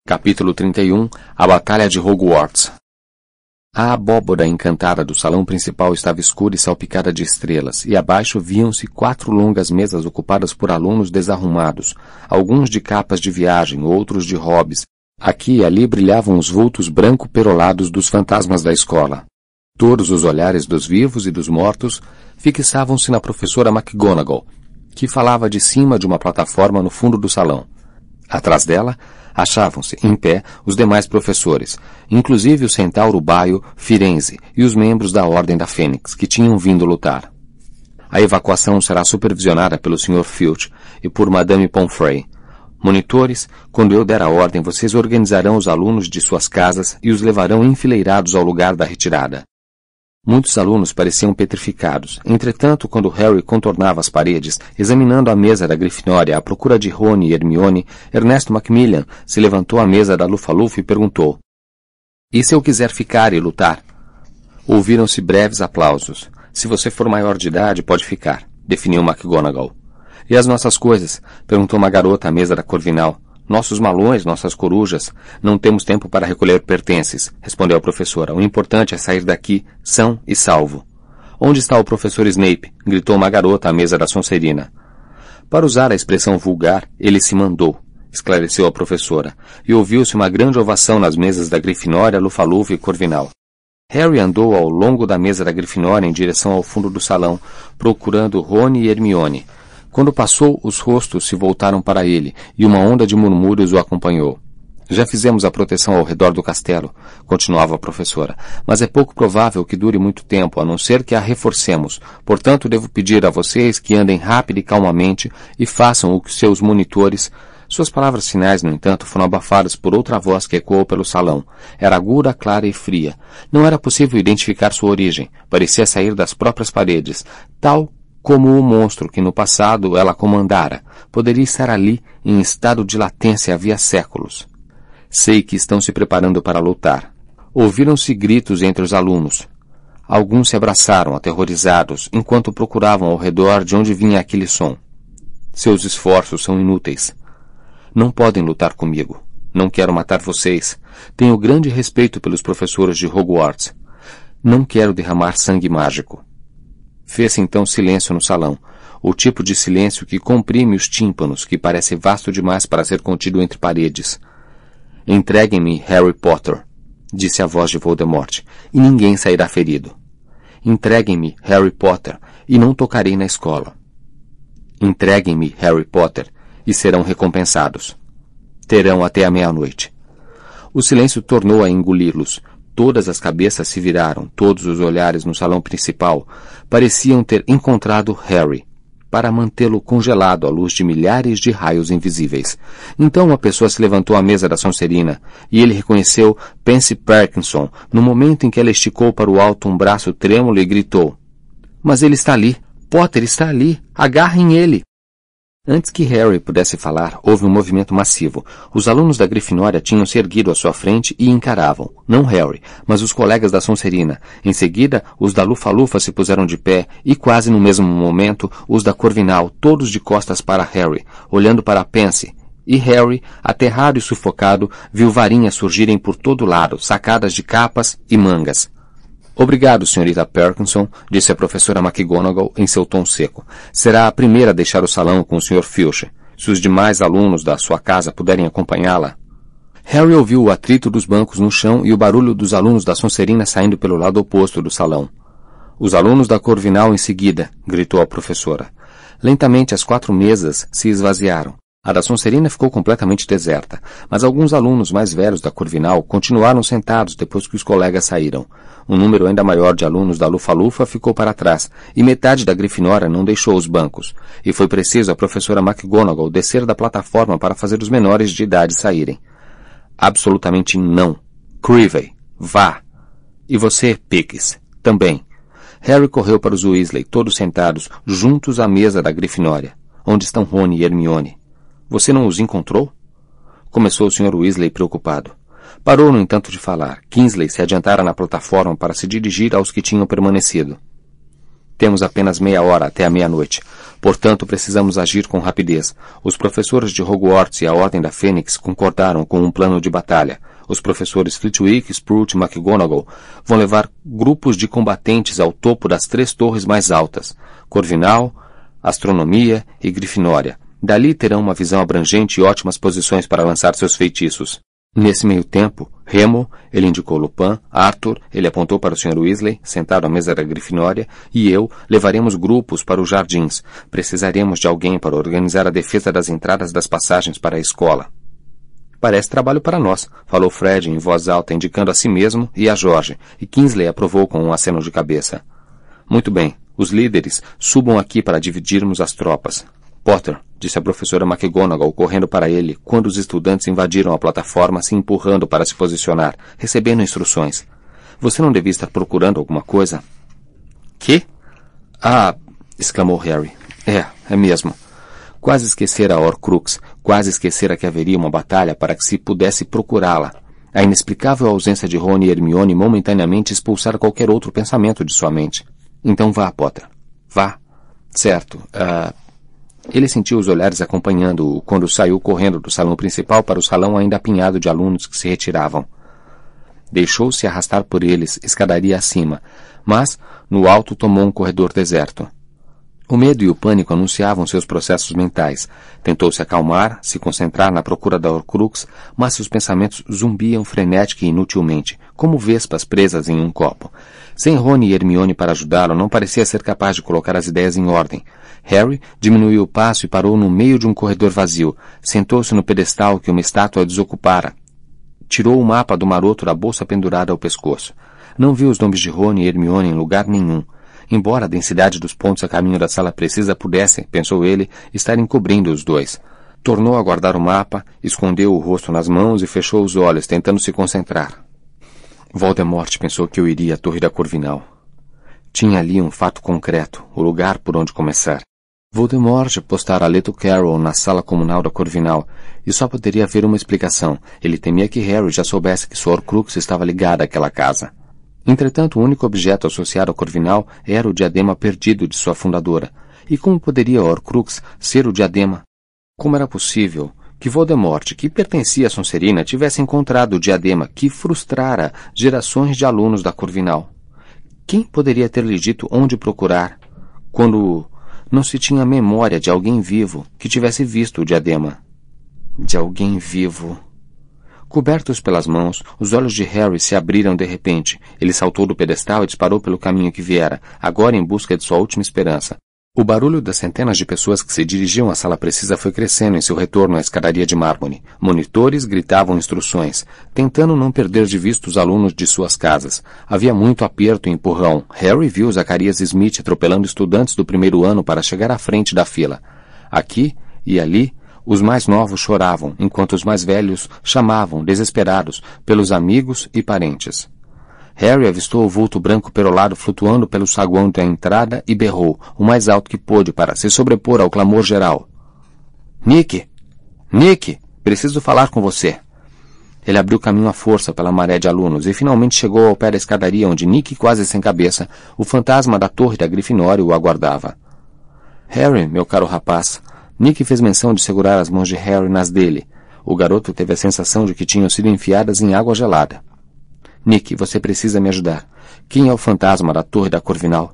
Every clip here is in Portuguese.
Capítulo 31 A Batalha de Hogwarts. A abóbora encantada do salão principal estava escura e salpicada de estrelas, e abaixo viam-se 4 longas mesas ocupadas por alunos desarrumados, alguns de capas de viagem, outros de hobbies. Aqui e ali brilhavam os vultos branco-perolados dos fantasmas da escola. Todos os olhares dos vivos e dos mortos fixavam-se na professora McGonagall, que falava de cima de uma plataforma no fundo do salão. Atrás dela, achavam-se, em pé, os demais professores, inclusive o centauro Baio Firenze e os membros da Ordem da Fênix, que tinham vindo lutar. A evacuação será supervisionada pelo Sr. Filch e por Madame Pomfrey. Monitores, quando eu der a ordem, vocês organizarão os alunos de suas casas e os levarão enfileirados ao lugar da retirada. Muitos alunos pareciam petrificados. Entretanto, quando Harry contornava as paredes, examinando a mesa da Grifinória à procura de Rony e Hermione, Ernesto Macmillan se levantou à mesa da Lufa-Lufa e perguntou: "E se eu quiser ficar e lutar?" Ouviram-se breves aplausos. "Se você for maior de idade, pode ficar", definiu McGonagall. "E as nossas coisas?" perguntou uma garota à mesa da Corvinal. "Nossos malões, nossas corujas. Não temos tempo para recolher pertences", respondeu a professora. "O importante é sair daqui são e salvo." "Onde está o professor Snape?" gritou uma garota à mesa da Sonserina. "Para usar a expressão vulgar, ele se mandou", esclareceu a professora, e ouviu-se uma grande ovação nas mesas da Grifinória, Lufa-Lufa e Corvinal. Harry andou ao longo da mesa da Grifinória em direção ao fundo do salão, procurando Rony e Hermione. Quando passou, os rostos se voltaram para ele, e uma onda de murmúrios o acompanhou. "Já fizemos a proteção ao redor do castelo", continuava a professora, "mas é pouco provável que dure muito tempo, a não ser que a reforcemos. Portanto, devo pedir a vocês que andem rápido e calmamente e façam o que seus monitores..." Suas palavras finais, no entanto, foram abafadas por outra voz que ecoou pelo salão. Era aguda, clara e fria. Não era possível identificar sua origem. Parecia sair das próprias paredes, tal como o monstro que no passado ela comandara. Poderia estar ali, em estado de latência havia séculos. "Sei que estão se preparando para lutar." Ouviram-se gritos entre os alunos. Alguns se abraçaram, aterrorizados, enquanto procuravam ao redor de onde vinha aquele som. "Seus esforços são inúteis. Não podem lutar comigo. Não quero matar vocês. Tenho grande respeito pelos professores de Hogwarts. Não quero derramar sangue mágico." Fez-se então silêncio no salão, o tipo de silêncio que comprime os tímpanos, que parece vasto demais para ser contido entre paredes. "Entreguem-me Harry Potter", disse a voz de Voldemort, "e ninguém sairá ferido. Entreguem-me Harry Potter, e não tocarei na escola. Entreguem-me Harry Potter, e serão recompensados. Terão até a meia-noite." O silêncio tornou a engoli-los. Todas as cabeças se viraram, todos os olhares no salão principal pareciam ter encontrado Harry, para mantê-lo congelado à luz de milhares de raios invisíveis. Então uma pessoa se levantou à mesa da Sonserina, e ele reconheceu Pansy Parkinson, no momento em que ela esticou para o alto um braço trêmulo e gritou: "Mas ele está ali! Potter está ali! Agarrem ele!" Antes que Harry pudesse falar, houve um movimento massivo. Os alunos da Grifinória tinham se erguido à sua frente e encaravam, não Harry, mas os colegas da Sonserina. Em seguida, os da Lufa-Lufa se puseram de pé e, quase no mesmo momento, os da Corvinal, todos de costas para Harry, olhando para Pansy. E Harry, aterrado e sufocado, viu varinhas surgirem por todo lado, sacadas de capas e mangas. "Obrigado, senhorita Parkinson", disse a professora McGonagall em seu tom seco. "Será a primeira a deixar o salão com o Sr. Filch. Se os demais alunos da sua casa puderem acompanhá-la." Harry ouviu o atrito dos bancos no chão e o barulho dos alunos da Sonserina saindo pelo lado oposto do salão. "Os alunos da Corvinal em seguida", gritou a professora. Lentamente as 4 mesas se esvaziaram. A da Sonserina ficou completamente deserta, mas alguns alunos mais velhos da Corvinal continuaram sentados depois que os colegas saíram. Um número ainda maior de alunos da Lufa-Lufa ficou para trás, e metade da Grifinória não deixou os bancos, e foi preciso a professora McGonagall descer da plataforma para fazer os menores de idade saírem. "Absolutamente não. Creevey, vá. E você, Pickes, também." Harry correu para os Weasley, todos sentados, juntos à mesa da Grifinória. "Onde estão Rony e Hermione?" "Você não os encontrou?" começou o Sr. Weasley preocupado. Parou, no entanto, de falar. Kingsley se adiantara na plataforma para se dirigir aos que tinham permanecido. Temos apenas meia hora até a meia-noite. Portanto, precisamos agir com rapidez. Os professores de Hogwarts e a Ordem da Fênix concordaram com um plano de batalha. Os professores Flitwick, Sprout e McGonagall vão levar grupos de combatentes ao topo das 3 torres mais altas, Corvinal, Astronomia e Grifinória. Dali terão uma visão abrangente e ótimas posições para lançar seus feitiços. Nesse meio tempo, Remo, ele indicou Lupin, Arthur, ele apontou para o Sr. Weasley, sentado à mesa da Grifinória, e eu levaremos grupos para os jardins. Precisaremos de alguém para organizar a defesa das entradas das passagens para a escola. Parece trabalho para nós, falou Fred em voz alta, indicando a si mesmo e a George, e Kingsley aprovou com um aceno de cabeça. Muito bem, os líderes subam aqui para dividirmos as tropas. Potter, disse a professora McGonagall correndo para ele quando os estudantes invadiram a plataforma se empurrando para se posicionar, recebendo instruções. Você não devia estar procurando alguma coisa? Que? Ah, exclamou Harry. É mesmo. Quase esquecera a Horcrux, quase esquecera que haveria uma batalha para que se pudesse procurá-la. A inexplicável ausência de Rony e Hermione momentaneamente expulsara qualquer outro pensamento de sua mente. Então vá, Potter. Vá. Certo. Ele sentiu os olhares acompanhando-o quando saiu correndo do salão principal para o salão ainda apinhado de alunos que se retiravam. Deixou-se arrastar por eles, escadaria acima, mas, no alto, tomou um corredor deserto. O medo e o pânico anunciavam seus processos mentais. Tentou se acalmar, se concentrar na procura da Horcrux, mas seus pensamentos zumbiam frenética e inutilmente, como vespas presas em um copo. Sem Rony e Hermione para ajudá-lo, não parecia ser capaz de colocar as ideias em ordem. Harry diminuiu o passo e parou no meio de um corredor vazio. Sentou-se no pedestal que uma estátua desocupara. Tirou o mapa do maroto da bolsa pendurada ao pescoço. Não viu os nomes de Rony e Hermione em lugar nenhum. Embora a densidade dos pontos a caminho da sala precisa pudesse, pensou ele, estar encobrindo os dois. Tornou a guardar o mapa, escondeu o rosto nas mãos e fechou os olhos, tentando se concentrar. Voldemort pensou que eu iria à Torre da Corvinal. Tinha ali um fato concreto, o lugar por onde começar. Voldemort postara Leto Carroll na sala comunal da Corvinal, e só poderia haver uma explicação. Ele temia que Harry já soubesse que sua Horcrux estava ligada àquela casa. Entretanto, o único objeto associado à Corvinal era o diadema perdido de sua fundadora. E como poderia a Horcrux ser o diadema? Como era possível que Voldemort, que pertencia a Sonserina, tivesse encontrado o diadema que frustrara gerações de alunos da Corvinal? Quem poderia ter lhe dito onde procurar, quando não se tinha memória de alguém vivo que tivesse visto o diadema? De alguém vivo... Cobertos pelas mãos, os olhos de Harry se abriram de repente. Ele saltou do pedestal e disparou pelo caminho que viera, agora em busca de sua última esperança. O barulho das centenas de pessoas que se dirigiam à sala precisa foi crescendo em seu retorno à escadaria de mármore. Monitores gritavam instruções, tentando não perder de vista os alunos de suas casas. Havia muito aperto e empurrão. Harry viu Zacarias Smith atropelando estudantes do primeiro ano para chegar à frente da fila. Aqui e ali, os mais novos choravam, enquanto os mais velhos chamavam, desesperados, pelos amigos e parentes. Harry avistou o vulto branco perolado flutuando pelo saguão da entrada e berrou, o mais alto que pôde, para se sobrepor ao clamor geral. Nick! Nick! Preciso falar com você! Ele abriu caminho à força pela maré de alunos e finalmente chegou ao pé da escadaria onde Nick, quase sem cabeça, o fantasma da torre da Grifinória, o aguardava. Harry, meu caro rapaz... Nick fez menção de segurar as mãos de Harry nas dele. O garoto teve a sensação de que tinham sido enfiadas em água gelada. Nick, você precisa me ajudar. Quem é o fantasma da Torre da Corvinal?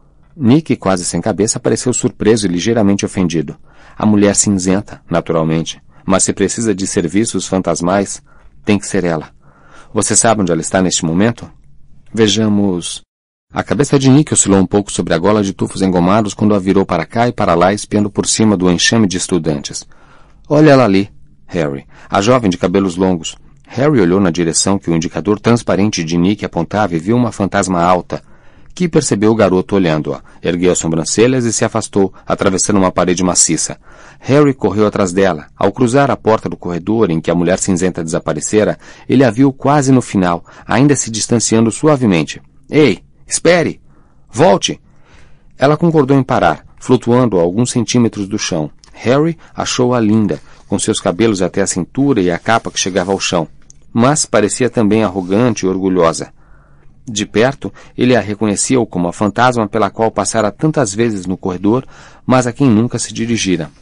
Nick, quase sem cabeça, pareceu surpreso e ligeiramente ofendido. A mulher cinzenta, naturalmente. Mas se precisa de serviços fantasmais, tem que ser ela. Você sabe onde ela está neste momento? Vejamos... A cabeça de Nick oscilou um pouco sobre a gola de tufos engomados quando a virou para cá e para lá, espiando por cima do enxame de estudantes. Olha ela ali, Harry, a jovem de cabelos longos. Harry olhou na direção que o indicador transparente de Nick apontava e viu uma fantasma alta, que percebeu o garoto olhando-a. Ergueu as sobrancelhas e se afastou, atravessando uma parede maciça. Harry correu atrás dela. Ao cruzar a porta do corredor em que a mulher cinzenta desaparecera, ele a viu quase no final, ainda se distanciando suavemente. Ei! Espere! Volte! Ela concordou em parar, flutuando a alguns centímetros do chão. Harry achou-a linda, com seus cabelos até a cintura e a capa que chegava ao chão. Mas parecia também arrogante e orgulhosa. De perto, ele a reconheceu como a fantasma pela qual passara tantas vezes no corredor, mas a quem nunca se dirigira.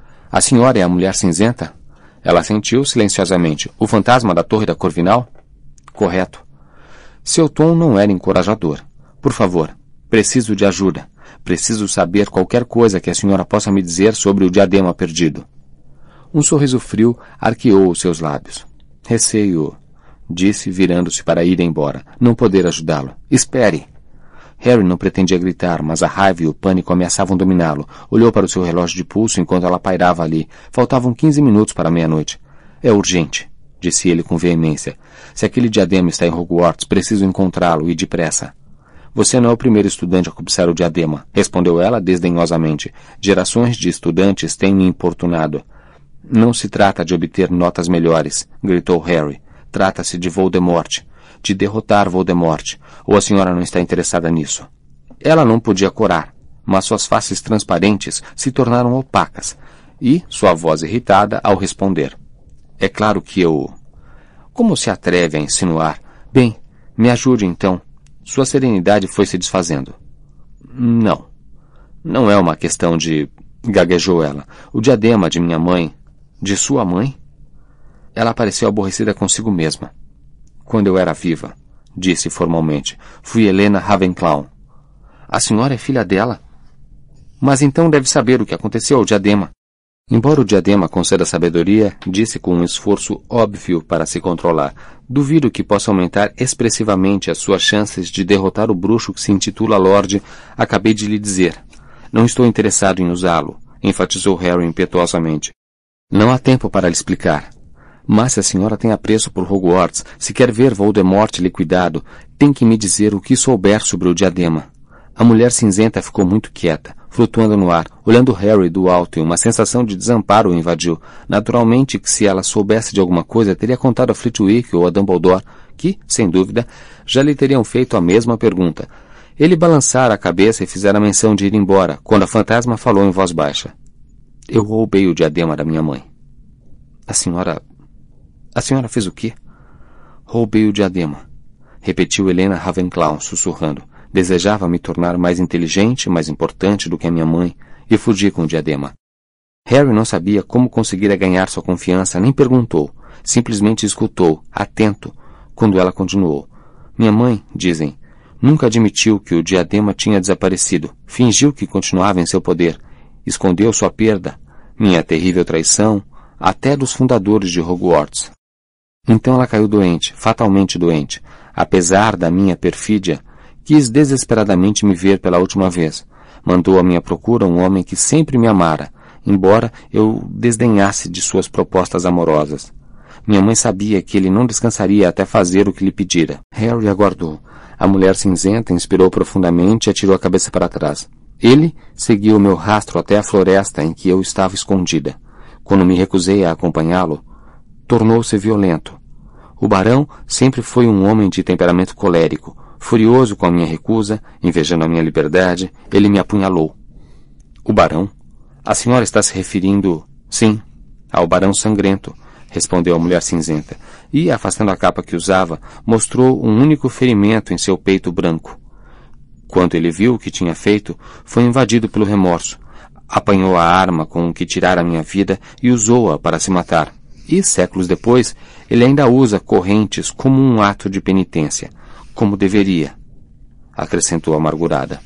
A senhora é a mulher cinzenta? Ela assentiu silenciosamente. O fantasma da Torre da Corvinal? Correto. Seu tom não era encorajador. Por favor, preciso de ajuda. Preciso saber qualquer coisa que a senhora possa me dizer sobre o diadema perdido. Um sorriso frio arqueou os seus lábios. Receio, disse, virando-se para ir embora. Não poder ajudá-lo. Espere! Harry não pretendia gritar, mas a raiva e o pânico ameaçavam dominá-lo. Olhou para o seu relógio de pulso enquanto ela pairava ali. Faltavam 15 minutos para meia-noite. É urgente, disse ele com veemência. Se aquele diadema está em Hogwarts, preciso encontrá-lo e depressa. Você não é o primeiro estudante a cobiçar o diadema, respondeu ela desdenhosamente. Gerações de estudantes têm me importunado. Não se trata de obter notas melhores, gritou Harry. Trata-se de Voldemort. De derrotar Voldemort. Ou a senhora não está interessada nisso? Ela não podia corar, mas suas faces transparentes se tornaram opacas, e sua voz irritada ao responder. É claro que eu... Como se atreve a insinuar? Bem, me ajude então. Sua serenidade foi se desfazendo. Não. Não é uma questão de... gaguejou ela. O diadema de minha mãe... De sua mãe? Ela pareceu aborrecida consigo mesma. Quando eu era viva, disse formalmente, fui Helena Ravenclaw. A senhora é filha dela? Mas então deve saber o que aconteceu ao diadema. Embora o diadema conceda sabedoria, disse com um esforço óbvio para se controlar, duvido que possa aumentar expressivamente as suas chances de derrotar o bruxo que se intitula Lorde, acabei de lhe dizer. Não estou interessado em usá-lo, enfatizou Harry impetuosamente. Não há tempo para lhe explicar. Mas se a senhora tem apreço por Hogwarts, se quer ver Voldemort liquidado, tem que me dizer o que souber sobre o diadema. A mulher cinzenta ficou muito quieta, flutuando no ar, olhando Harry do alto e uma sensação de desamparo o invadiu. Naturalmente que se ela soubesse de alguma coisa, teria contado a Flitwick ou a Dumbledore, que, sem dúvida, já lhe teriam feito a mesma pergunta. Ele balançara a cabeça e fizera menção de ir embora, quando a fantasma falou em voz baixa. Eu roubei o diadema da minha mãe. A senhora fez o quê? Roubei o diadema, repetiu Helena Ravenclaw, sussurrando. Desejava me tornar mais inteligente, mais importante do que a minha mãe, e fugi com o diadema. Harry não sabia como conseguira ganhar sua confiança, nem perguntou. Simplesmente escutou, atento, quando ela continuou. Minha mãe, dizem, nunca admitiu que o diadema tinha desaparecido. Fingiu que continuava em seu poder. Escondeu sua perda, minha terrível traição, até dos fundadores de Hogwarts. Então ela caiu doente, fatalmente doente. Apesar da minha perfídia, quis desesperadamente me ver pela última vez. Mandou à minha procura um homem que sempre me amara, embora eu desdenhasse de suas propostas amorosas. Minha mãe sabia que ele não descansaria até fazer o que lhe pedira. Harry aguardou. A mulher cinzenta inspirou profundamente e atirou a cabeça para trás. Ele seguiu o meu rastro até a floresta em que eu estava escondida. Quando me recusei a acompanhá-lo, tornou-se violento. O barão sempre foi um homem de temperamento colérico. Furioso com a minha recusa, invejando a minha liberdade, ele me apunhalou. O barão? A senhora está se referindo... Sim, ao barão sangrento, respondeu a mulher cinzenta, e, afastando a capa que usava, mostrou um único ferimento em seu peito branco. Quando ele viu o que tinha feito, foi invadido pelo remorso. Apanhou a arma com que tirara a minha vida e usou-a para se matar. E, séculos depois, ele ainda usa correntes como um ato de penitência, como deveria, acrescentou amargurada.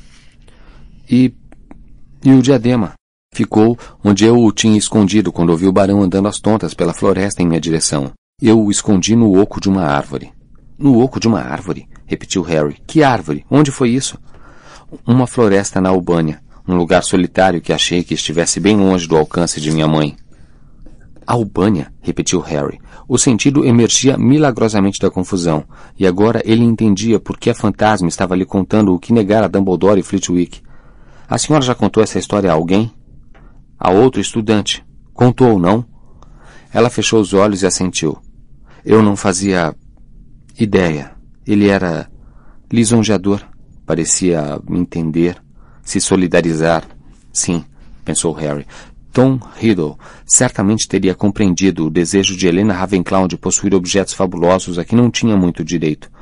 E o diadema? Ficou onde eu o tinha escondido quando ouvi o barão andando às tontas pela floresta em minha direção. Eu o escondi no oco de uma árvore. No oco de uma árvore? Repetiu Harry. Que árvore? Onde foi isso? Uma floresta na Albânia, um lugar solitário que achei que estivesse bem longe do alcance de minha mãe. Albânia, repetiu Harry. O sentido emergia milagrosamente da confusão, e agora ele entendia por que a fantasma estava lhe contando o que negara a Dumbledore e Flitwick. A senhora já contou essa história a alguém? A outro estudante. Contou, não? Ela fechou os olhos e assentiu. Eu não fazia ideia. Ele era lisonjeador. Parecia me entender, se solidarizar. Sim, pensou Harry. Tom Riddle certamente teria compreendido o desejo de Helena Ravenclaw de possuir objetos fabulosos a que não tinha muito direito.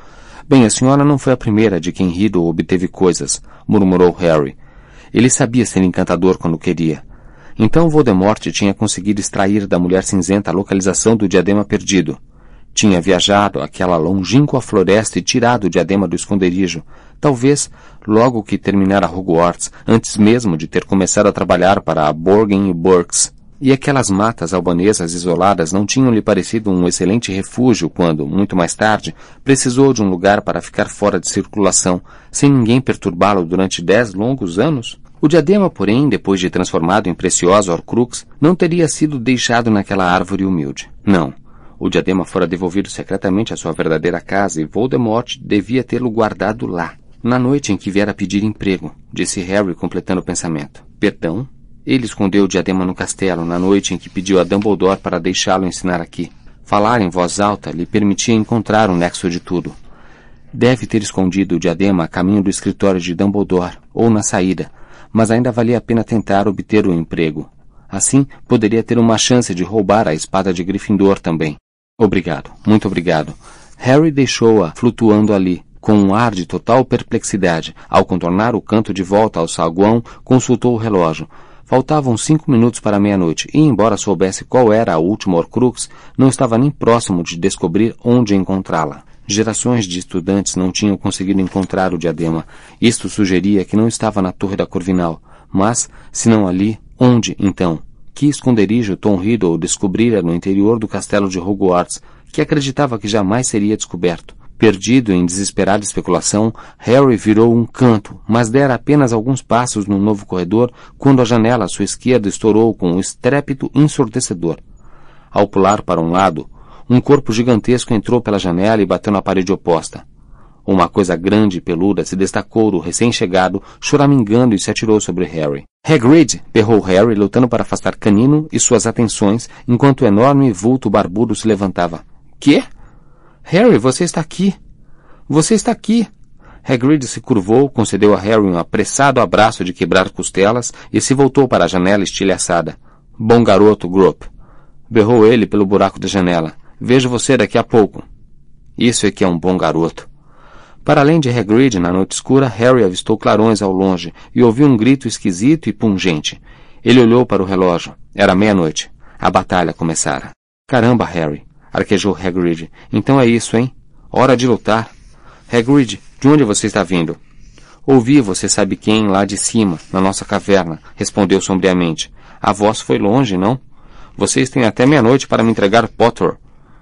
Bem, a senhora não foi a primeira de quem Riddle obteve coisas, murmurou Harry. Ele sabia ser encantador quando queria. Então Voldemort tinha conseguido extrair da Mulher Cinzenta a localização do diadema perdido. Tinha viajado àquela longínqua floresta e tirado o diadema do esconderijo, talvez logo que terminara Hogwarts, antes mesmo de ter começado a trabalhar para a Borgin Burkes. E aquelas matas albanesas isoladas não tinham lhe parecido um excelente refúgio quando, muito mais tarde, precisou de um lugar para ficar fora de circulação, sem ninguém perturbá-lo durante 10 longos anos? O diadema, porém, depois de transformado em preciosa Horcrux, não teria sido deixado naquela árvore humilde. Não. O diadema fora devolvido secretamente à sua verdadeira casa e Voldemort devia tê-lo guardado lá. Na noite em que viera pedir emprego, disse Harry completando o pensamento. Perdão? Ele escondeu o diadema no castelo na noite em que pediu a Dumbledore para deixá-lo ensinar aqui. Falar em voz alta lhe permitia encontrar o nexo de tudo. Deve ter escondido o diadema a caminho do escritório de Dumbledore, ou na saída, mas ainda valia a pena tentar obter o emprego. Assim, poderia ter uma chance de roubar a espada de Gryffindor também. Obrigado, muito obrigado. Harry deixou-a flutuando ali, com um ar de total perplexidade. Ao contornar o canto de volta ao saguão, consultou o relógio. Faltavam 5 minutos para meia-noite, e embora soubesse qual era a última Horcrux, não estava nem próximo de descobrir onde encontrá-la. Gerações de estudantes não tinham conseguido encontrar o diadema. Isto sugeria que não estava na Torre da Corvinal. Mas, se não ali, onde, então? Que esconderijo Tom Riddle descobrira no interior do castelo de Hogwarts, que acreditava que jamais seria descoberto? Perdido em desesperada especulação, Harry virou um canto, mas dera apenas alguns passos no novo corredor quando a janela à sua esquerda estourou com um estrépito ensurdecedor. Ao pular para um lado, um corpo gigantesco entrou pela janela e bateu na parede oposta. Uma coisa grande e peluda se destacou do recém-chegado, choramingando e se atirou sobre Harry. Hagrid! Berrou Harry, lutando para afastar Canino e suas atenções, enquanto o enorme vulto barbudo se levantava. Quê? Harry, você está aqui! Você está aqui! Hagrid se curvou, concedeu a Harry um apressado abraço de quebrar costelas e se voltou para a janela estilhaçada. Bom garoto, Grop! Berrou ele pelo buraco da janela. Vejo você daqui a pouco. Isso é que é um bom garoto. Para além de Hagrid, na noite escura, Harry avistou clarões ao longe e ouviu um grito esquisito e pungente. Ele olhou para o relógio. Era meia-noite. A batalha começara. Caramba, Harry! Arquejou Hagrid. Então é isso, hein? Hora de lutar. Hagrid, de onde você está vindo? Ouvi você sabe quem lá de cima, na nossa caverna, respondeu sombriamente. A voz foi longe, não? Vocês têm até meia-noite para me entregar Potter.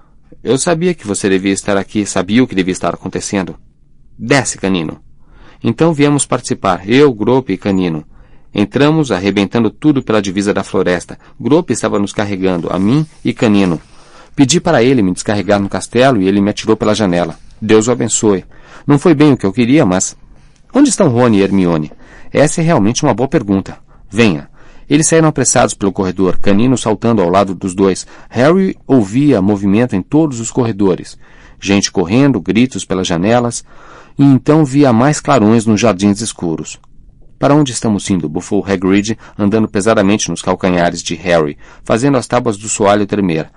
Eu sabia que você devia estar aqui, sabia o que devia estar acontecendo. Desce, Canino. Então viemos participar, eu, Grop e Canino. Entramos arrebentando tudo pela divisa da floresta. Grop estava nos carregando, a mim e Canino. Pedi para ele me descarregar no castelo e ele me atirou pela janela. Deus o abençoe. Não foi bem o que eu queria, mas... Onde estão Rony e Hermione? Essa é realmente uma boa pergunta. Venha. Eles saíram apressados pelo corredor, Canino saltando ao lado dos dois. Harry ouvia movimento em todos os corredores. Gente correndo, gritos pelas janelas, e então via mais clarões nos jardins escuros. Para onde estamos indo? Bufou Hagrid, andando pesadamente nos calcanhares de Harry, fazendo as tábuas do soalho tremer.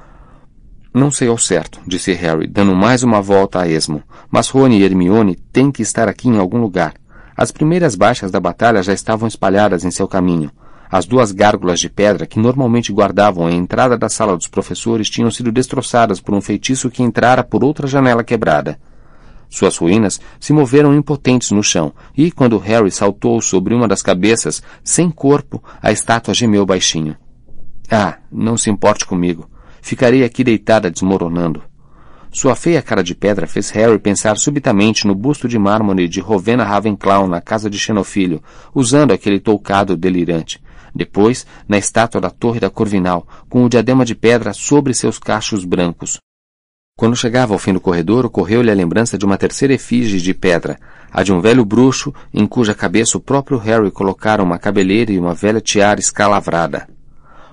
Não sei ao certo, disse Harry, dando mais uma volta a esmo. Mas Rony e Hermione têm que estar aqui em algum lugar. As primeiras baixas da batalha já estavam espalhadas em seu caminho. As 2 gárgulas de pedra que normalmente guardavam a entrada da sala dos professores tinham sido destroçadas por um feitiço que entrara por outra janela quebrada. Suas ruínas se moveram impotentes no chão, e, quando Harry saltou sobre uma das cabeças, sem corpo, a estátua gemeu baixinho. Ah, não se importe comigo. Ficarei aqui deitada desmoronando. Sua feia cara de pedra fez Harry pensar subitamente no busto de mármore de Rowena Ravenclaw na casa de Xenofilho, usando aquele toucado delirante. Depois, na estátua da Torre da Corvinal, com o diadema de pedra sobre seus cachos brancos. Quando chegava ao fim do corredor, ocorreu-lhe a lembrança de uma terceira efígie de pedra, a de um velho bruxo, em cuja cabeça o próprio Harry colocara uma cabeleira e uma velha tiara escalavrada.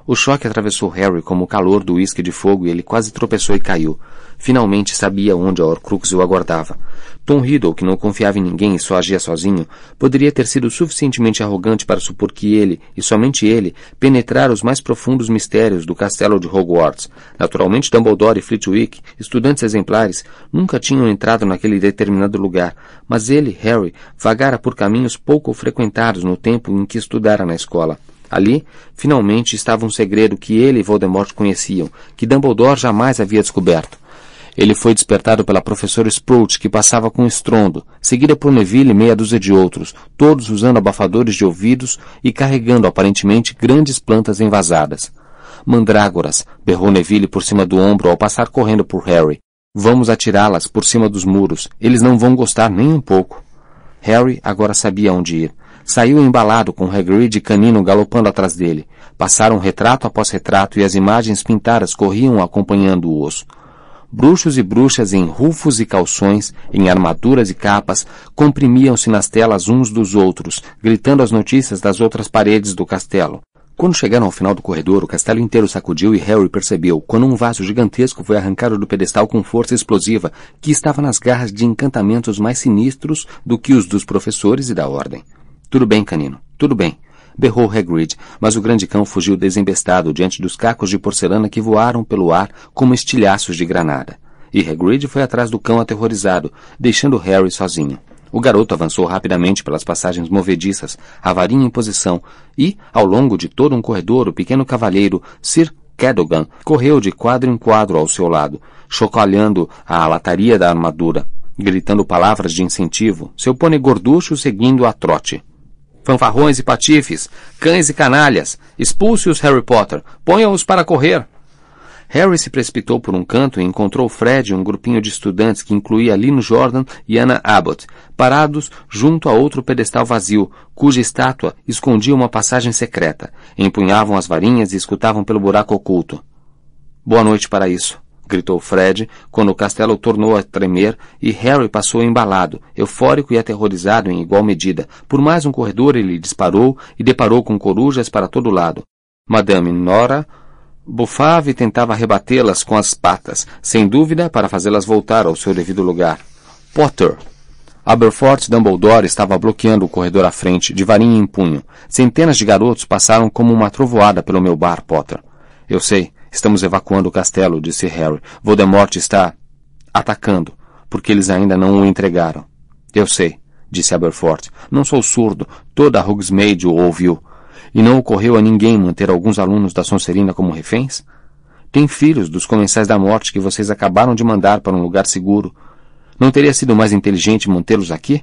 O choque atravessou Harry como o calor do uísque de fogo e ele quase tropeçou e caiu. Finalmente sabia onde a Horcrux o aguardava. Tom Riddle, que não confiava em ninguém e só agia sozinho, poderia ter sido suficientemente arrogante para supor que ele, e somente ele, penetrara os mais profundos mistérios do castelo de Hogwarts. Naturalmente, Dumbledore e Flitwick, estudantes exemplares, nunca tinham entrado naquele determinado lugar, mas ele, Harry, vagara por caminhos pouco frequentados no tempo em que estudara na escola. Ali, finalmente, estava um segredo que ele e Voldemort conheciam, que Dumbledore jamais havia descoberto. Ele foi despertado pela professora Sprout, que passava com estrondo, seguida por Neville e meia dúzia de outros, todos usando abafadores de ouvidos e carregando, aparentemente, grandes plantas envasadas. Mandrágoras, berrou Neville por cima do ombro ao passar correndo por Harry. Vamos atirá-las por cima dos muros. Eles não vão gostar nem um pouco. Harry agora sabia onde ir. Saiu embalado com Hagrid e Canino galopando atrás dele. Passaram retrato após retrato e as imagens pintadas corriam acompanhando o osso. Bruxos e bruxas em rufos e calções, em armaduras e capas, comprimiam-se nas telas uns dos outros, gritando as notícias das outras paredes do castelo. Quando chegaram ao final do corredor, o castelo inteiro sacudiu e Harry percebeu, quando um vaso gigantesco foi arrancado do pedestal com força explosiva, que estava nas garras de encantamentos mais sinistros do que os dos professores e da ordem. Tudo bem, Canino, tudo bem, berrou Hagrid, mas o grande cão fugiu desembestado diante dos cacos de porcelana que voaram pelo ar como estilhaços de granada. E Hagrid foi atrás do cão aterrorizado, deixando Harry sozinho. O garoto avançou rapidamente pelas passagens movediças, a varinha em posição, e, ao longo de todo um corredor, o pequeno cavalheiro, Sir Cadogan, correu de quadro em quadro ao seu lado, chocalhando a lataria da armadura, gritando palavras de incentivo, seu pônei gorducho seguindo a trote. Fanfarrões e patifes, cães e canalhas, expulse-os, Harry Potter, ponham-os para correr. Harry se precipitou por um canto e encontrou Fred e um grupinho de estudantes que incluía Lino Jordan e Anna Abbott, parados junto a outro pedestal vazio, cuja estátua escondia uma passagem secreta. Empunhavam as varinhas e escutavam pelo buraco oculto. Boa noite para isso, gritou Fred, quando o castelo tornou a tremer e Harry passou embalado, eufórico e aterrorizado em igual medida. Por mais um corredor ele disparou e deparou com corujas para todo lado. Madame Nora bufava e tentava rebatê-las com as patas, sem dúvida para fazê-las voltar ao seu devido lugar. Potter! Aberforth Dumbledore estava bloqueando o corredor à frente, de varinha em punho. Centenas de garotos passaram como uma trovoada pelo meu bar, Potter. Eu sei, estamos evacuando o castelo, disse Harry. Voldemort está atacando, porque eles ainda não o entregaram. Eu sei, disse Aberforth. Não sou surdo, toda a Hogsmeade o ouviu. E não ocorreu a ninguém manter alguns alunos da Sonserina como reféns? Tem filhos dos comensais da morte que vocês acabaram de mandar para um lugar seguro. Não teria sido mais inteligente mantê-los aqui?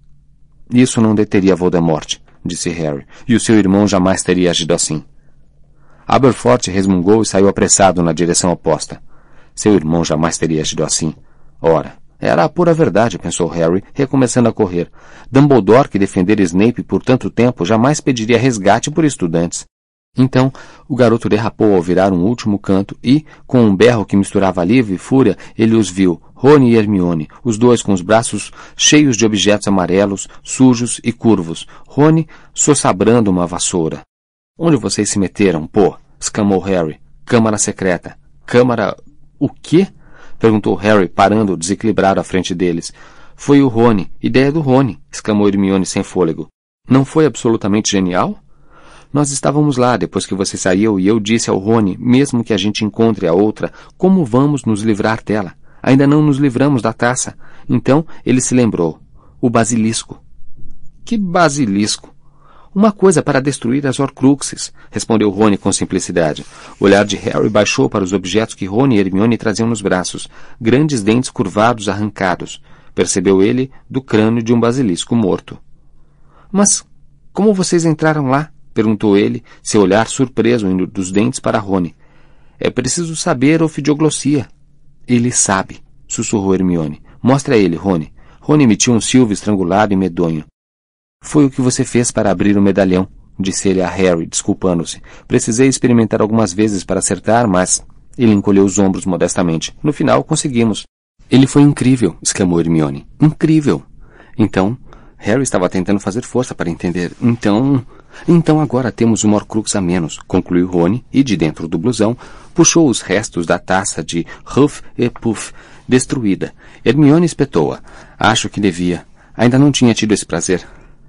Isso não deteria Voldemort, disse Harry, e o seu irmão jamais teria agido assim. Aberforth resmungou e saiu apressado na direção oposta. Seu irmão jamais teria agido assim. Ora, era a pura verdade, pensou Harry, recomeçando a correr. Dumbledore, que defendera Snape por tanto tempo, jamais pediria resgate por estudantes. Então, o garoto derrapou ao virar um último canto e, com um berro que misturava alívio e fúria, ele os viu, Rony e Hermione, os dois com os braços cheios de objetos amarelos, sujos e curvos, Rony sossabrando uma vassoura. Onde vocês se meteram, pô? Exclamou Harry. Câmara secreta. Câmara... o quê? Perguntou Harry, parando desequilibrado à frente deles. Foi o Rony. Ideia do Rony, exclamou Hermione sem fôlego. Não foi absolutamente genial? Nós estávamos lá depois que você saiu e eu disse ao Rony, mesmo que a gente encontre a outra, como vamos nos livrar dela? Ainda não nos livramos da taça. Então ele se lembrou. O basilisco. Que basilisco? Uma coisa para destruir as Horcruxes, respondeu Rony com simplicidade. O olhar de Harry baixou para os objetos que Rony e Hermione traziam nos braços, grandes dentes curvados arrancados. Percebeu ele do crânio de um basilisco morto. Mas como vocês entraram lá? Perguntou ele, seu olhar surpreso indo dos dentes para Rony. É preciso saber ofidioglossia. Ele sabe, sussurrou Hermione. Mostre a ele, Rony. Rony emitiu um silvo estrangulado e medonho. Foi o que você fez para abrir o medalhão, disse ele a Harry, desculpando-se. Precisei experimentar algumas vezes para acertar, mas... Ele encolheu os ombros modestamente. No final, conseguimos. Ele foi incrível, exclamou Hermione. Incrível. Então, Harry estava tentando fazer força para entender. Então... Então agora temos uma Horcrux a menos, concluiu Rony, e de dentro do blusão, puxou os restos da taça de Huff e Puff, destruída. Hermione espetou-a. Acho que devia. Ainda não tinha tido esse prazer.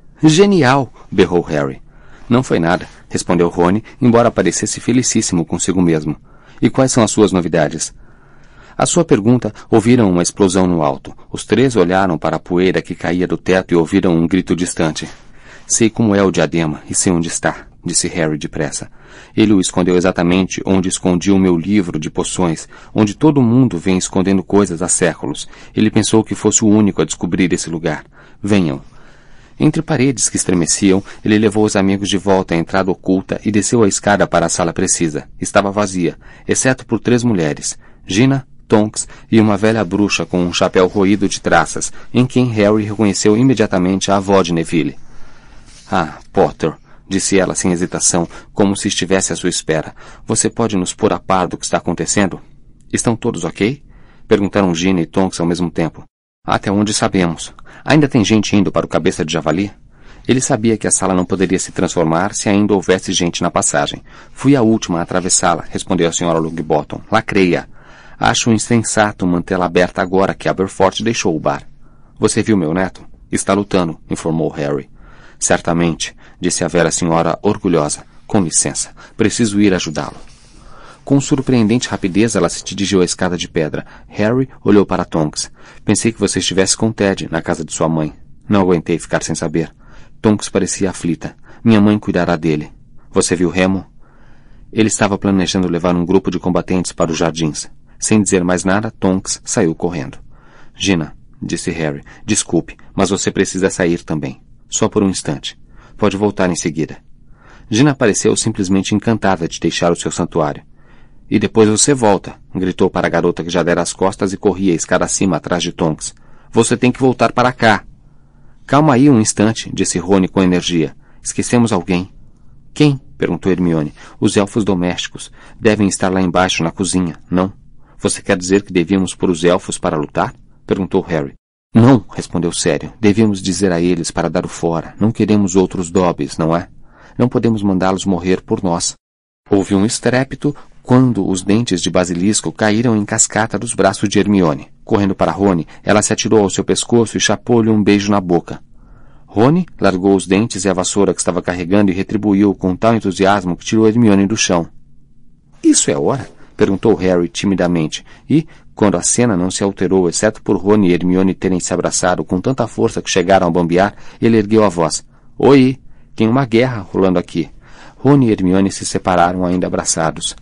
Genial! Berrou Harry. Não foi nada, respondeu Rony, embora parecesse felicíssimo consigo mesmo. E quais são as suas novidades? À sua pergunta, ouviram uma explosão no alto. Os três olharam para a poeira que caía do teto e ouviram um grito distante. Sei como é o diadema e sei onde está, disse Harry depressa. Ele o escondeu exatamente onde escondi o meu livro de poções, onde todo mundo vem escondendo coisas há séculos. Ele pensou que fosse o único a descobrir esse lugar. Venham. Entre paredes que estremeciam, ele levou os amigos de volta à entrada oculta e desceu a escada para a sala precisa. Estava vazia, exceto por 3 mulheres. Gina, Tonks e uma velha bruxa com um chapéu roído de traças, em quem Harry reconheceu imediatamente a avó de Neville. Ah, Potter, disse ela sem hesitação, como se estivesse à sua espera. Você pode nos pôr a par do que está acontecendo? Estão todos ok? Perguntaram Gina e Tonks ao mesmo tempo. Até onde sabemos. Ainda tem gente indo para o Cabeça de Javali? Ele sabia que a sala não poderia se transformar se ainda houvesse gente na passagem. Fui a última a atravessá-la, respondeu a senhora Longbottom. Lacreia. Acho insensato mantê-la aberta agora que Aberforth deixou o bar. Você viu meu neto? Está lutando, informou Harry. Certamente, disse a velha senhora orgulhosa. Com licença, preciso ir ajudá-lo. Com surpreendente rapidez, ela se dirigiu à escada de pedra. Harry olhou para Tonks. Pensei que você estivesse com Ted, na casa de sua mãe. Não aguentei ficar sem saber. Tonks parecia aflita. Minha mãe cuidará dele. Você viu Remo? Ele estava planejando levar um grupo de combatentes para os jardins. Sem dizer mais nada, Tonks saiu correndo. Gina, disse Harry, desculpe, mas você precisa sair também. Só por um instante. Pode voltar em seguida. Gina pareceu simplesmente encantada de deixar o seu santuário. E depois você volta, gritou para a garota que já dera as costas e corria a escada acima atrás de Tonks. Você tem que voltar para cá. Calma aí um instante, disse Rony com energia. Esquecemos alguém. Quem? Perguntou Hermione. Os elfos domésticos. Devem estar lá embaixo na cozinha, não? Você quer dizer que devíamos pôr os elfos para lutar? Perguntou Harry. Não, respondeu sério. Devíamos dizer a eles para dar o fora. Não queremos outros Dobbys, não é? Não podemos mandá-los morrer por nós. Houve um estrépito quando os dentes de basilisco caíram em cascata dos braços de Hermione. Correndo para Rony, ela se atirou ao seu pescoço e chapou-lhe um beijo na boca. Rony largou os dentes e a vassoura que estava carregando e retribuiu com tal entusiasmo que tirou Hermione do chão. Isso é hora? Perguntou Harry timidamente, e, quando a cena não se alterou, exceto por Rony e Hermione terem se abraçado com tanta força que chegaram a bambear, ele ergueu a voz. Oi, tem uma guerra rolando aqui. Rony e Hermione se separaram ainda abraçados.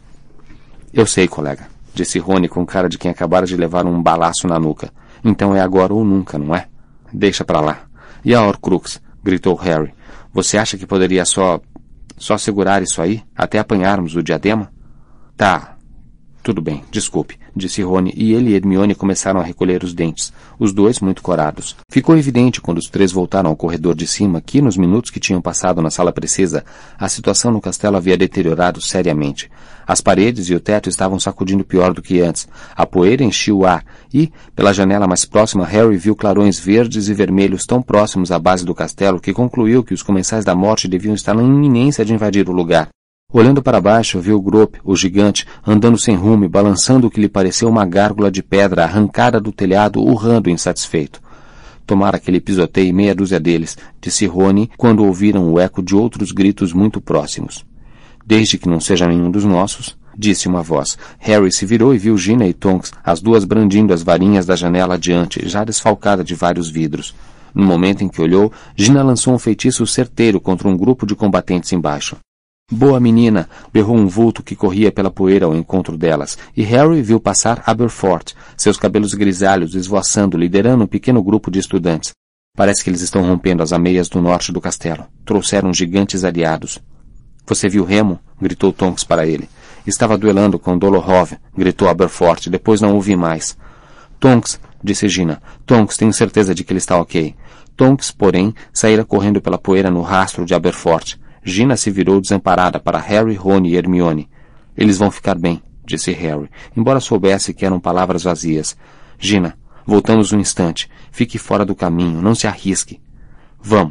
Eu sei, colega, disse Rony com cara de quem acabara de levar um balaço na nuca. Então é agora ou nunca, não é? Deixa pra lá. E a Horcrux? Gritou Harry. Você acha que poderia só segurar isso aí, até apanharmos o diadema? Tá. Tudo bem, desculpe, disse Rony, e ele e Hermione começaram a recolher os dentes, os dois muito corados. Ficou evidente quando os 3 voltaram ao corredor de cima que, nos minutos que tinham passado na sala precisa, a situação no castelo havia deteriorado seriamente. As paredes e o teto estavam sacudindo pior do que antes. A poeira enchia o ar e, pela janela mais próxima, Harry viu clarões verdes e vermelhos tão próximos à base do castelo que concluiu que os comensais da morte deviam estar na iminência de invadir o lugar. Olhando para baixo, viu Grope, o gigante, andando sem rumo e balançando o que lhe pareceu uma gárgula de pedra arrancada do telhado, urrando insatisfeito. Tomara que ele pisoteie meia dúzia deles, disse Rony, quando ouviram o eco de outros gritos muito próximos. Desde que não seja nenhum dos nossos, disse uma voz. Harry se virou e viu Gina e Tonks, as duas brandindo as varinhas da janela adiante, já desfalcada de vários vidros. No momento em que olhou, Gina lançou um feitiço certeiro contra um grupo de combatentes embaixo. Boa menina! Berrou um vulto que corria pela poeira ao encontro delas, e Harry viu passar Aberforth, seus cabelos grisalhos esvoaçando, liderando um pequeno grupo de estudantes. Parece que eles estão rompendo as ameias do norte do castelo. Trouxeram gigantes aliados. Você viu Remo? Gritou Tonks para ele. Estava duelando com Dolohov, gritou Aberforth, depois não ouvi mais. Tonks, disse Gina. Tonks, tenho certeza de que ele está ok. Tonks, porém, saíra correndo pela poeira no rastro de Aberforth. Gina se virou desamparada para Harry, Rony e Hermione. Eles vão ficar bem, disse Harry, embora soubesse que eram palavras vazias. Gina, voltamos um instante. Fique fora do caminho, não se arrisque. Vamos.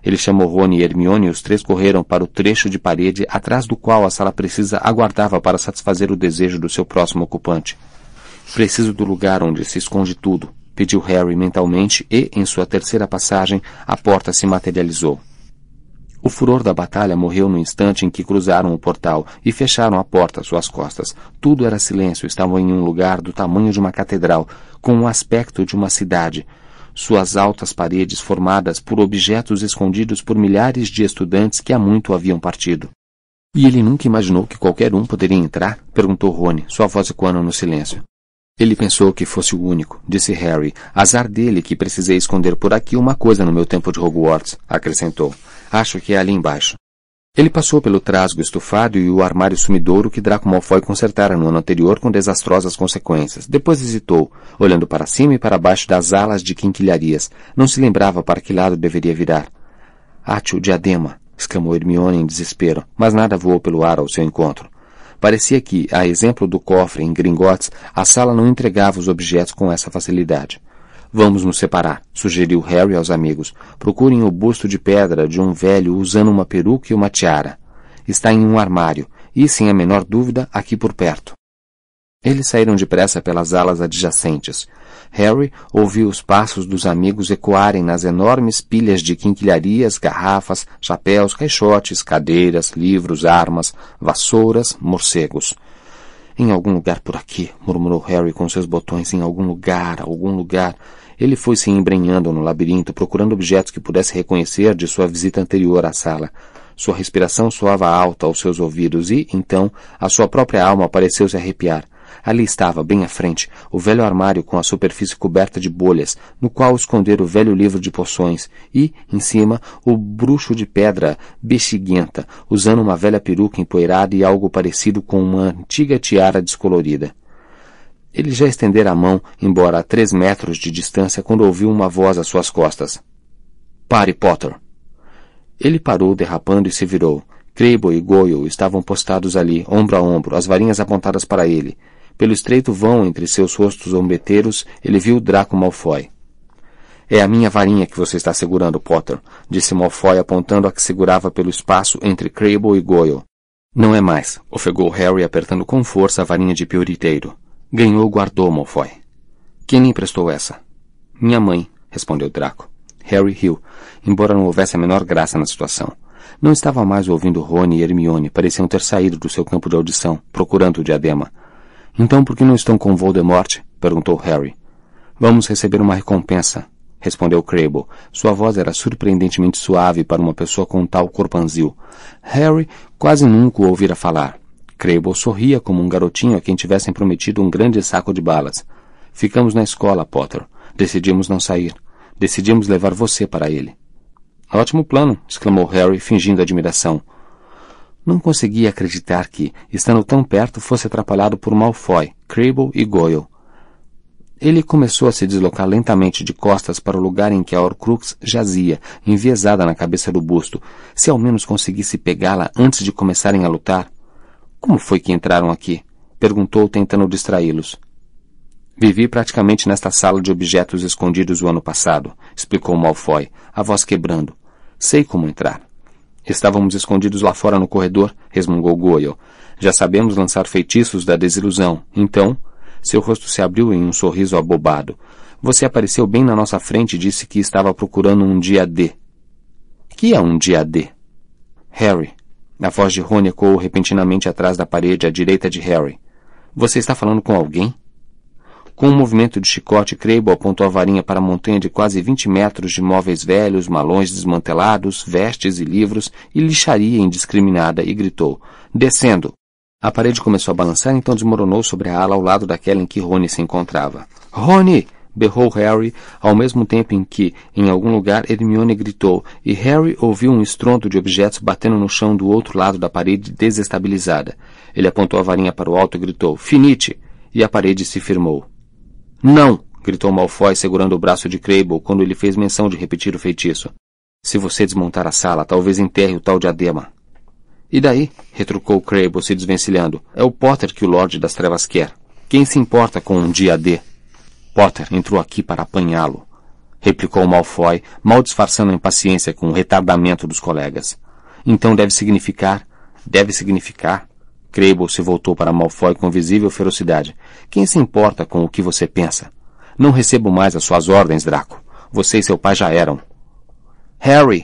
Ele chamou Rony e Hermione e os três correram para o trecho de parede atrás do qual a sala precisa aguardava para satisfazer o desejo do seu próximo ocupante. Preciso do lugar onde se esconde tudo, pediu Harry mentalmente e, em sua terceira passagem, a porta se materializou. O furor da batalha morreu no instante em que cruzaram o portal e fecharam a porta às suas costas. Tudo era silêncio, estavam em um lugar do tamanho de uma catedral, com o aspecto de uma cidade. Suas altas paredes formadas por objetos escondidos por milhares de estudantes que há muito haviam partido. E ele nunca imaginou que qualquer um poderia entrar? Perguntou Rony, sua voz ecoando no silêncio. Ele pensou que fosse o único, disse Harry. Azar dele que precisei esconder por aqui uma coisa no meu tempo de Hogwarts, acrescentou. Acho que é ali embaixo. Ele passou pelo trasgo estufado e o armário sumidouro que Draco Malfoy consertara no ano anterior com desastrosas consequências. Depois hesitou, olhando para cima e para baixo das alas de quinquilharias. Não se lembrava para que lado deveria virar. «Ate o diadema!» exclamou Hermione em desespero, mas nada voou pelo ar ao seu encontro. Parecia que, a exemplo do cofre em Gringotts, a sala não entregava os objetos com essa facilidade. Vamos nos separar, sugeriu Harry aos amigos. Procurem o busto de pedra de um velho usando uma peruca e uma tiara. Está em um armário, e, sem a menor dúvida, aqui por perto. Eles saíram depressa pelas alas adjacentes. Harry ouviu os passos dos amigos ecoarem nas enormes pilhas de quinquilharias, garrafas, chapéus, caixotes, cadeiras, livros, armas, vassouras, morcegos. Em algum lugar por aqui, murmurou Harry com seus botões, em algum lugar. Ele foi se embrenhando no labirinto, procurando objetos que pudesse reconhecer de sua visita anterior à sala. Sua respiração soava alta aos seus ouvidos e, então, a sua própria alma pareceu se arrepiar. Ali estava, bem à frente, o velho armário com a superfície coberta de bolhas, no qual esconder o velho livro de poções, e, em cima, o bruxo de pedra bexiguenta, usando uma velha peruca empoeirada e algo parecido com uma antiga tiara descolorida. Ele já estendera a mão, embora a 3 metros de distância, quando ouviu uma voz às suas costas. «Pare, Potter!» Ele parou, derrapando, e se virou. Crabbe e Goyle estavam postados ali, ombro a ombro, as varinhas apontadas para ele. Pelo estreito vão entre seus rostos ombreteiros, ele viu Draco Malfoy. «É a minha varinha que você está segurando, Potter», disse Malfoy apontando a que segurava pelo espaço entre Crabbe e Goyle. «Não é mais», ofegou Harry apertando com força a varinha de pioriteiro. «Ganhou, guardou, Malfoy». «Quem lhe emprestou essa?» «Minha mãe», respondeu Draco. Harry riu, embora não houvesse a menor graça na situação. Não estava mais ouvindo Rony e Hermione, pareciam ter saído do seu campo de audição, procurando o diadema. «Então por que não estão com Voldemort?» perguntou Harry. «Vamos receber uma recompensa», respondeu Crabbe. Sua voz era surpreendentemente suave para uma pessoa com tal corpanzil. Harry quase nunca o ouvira falar. Crabbe sorria como um garotinho a quem tivessem prometido um grande saco de balas. «Ficamos na escola, Potter. Decidimos não sair. Decidimos levar você para ele». «Ótimo plano», exclamou Harry, fingindo admiração. Não conseguia acreditar que, estando tão perto, fosse atrapalhado por Malfoy, Crabbe e Goyle. Ele começou a se deslocar lentamente de costas para o lugar em que a Horcrux jazia, enviesada na cabeça do busto. Se ao menos conseguisse pegá-la antes de começarem a lutar. «Como foi que entraram aqui?» perguntou, tentando distraí-los. «Vivi praticamente nesta sala de objetos escondidos o ano passado», explicou Malfoy, a voz quebrando. «Sei como entrar». «Estávamos escondidos lá fora no corredor», resmungou Goyle. «Já sabemos lançar feitiços da desilusão. Então...» Seu rosto se abriu em um sorriso abobado. «Você apareceu bem na nossa frente e disse que estava procurando um dia D». «Que é um dia D?» «Harry». A voz de Rony ecoou repentinamente atrás da parede à direita de Harry. «Você está falando com alguém?» Com um movimento de chicote, Crabbe apontou a varinha para a montanha de quase 20 metros de móveis velhos, malões desmantelados, vestes e livros, e lixaria indiscriminada, e gritou, «Descendo!» A parede começou a balançar, então desmoronou sobre a ala ao lado daquela em que Rony se encontrava. «Rony!» berrou Harry, ao mesmo tempo em que, em algum lugar, Hermione gritou, e Harry ouviu um estrondo de objetos batendo no chão do outro lado da parede desestabilizada. Ele apontou a varinha para o alto e gritou, «Finite!» E a parede se firmou. «Não!» gritou Malfoy, segurando o braço de Crabbe quando ele fez menção de repetir o feitiço. «Se você desmontar a sala, talvez enterre o tal diadema». «E daí?» retrucou Crabbe, se desvencilhando. «É o Potter que o Lorde das Trevas quer. Quem se importa com um dia D?» «Potter entrou aqui para apanhá-lo». replicou Malfoy, mal disfarçando a impaciência com o retardamento dos colegas. Então deve significar... Crabble se voltou para Malfoy com visível ferocidade. Quem se importa com o que você pensa? Não recebo mais as suas ordens, Draco. Você e seu pai já eram. Harry!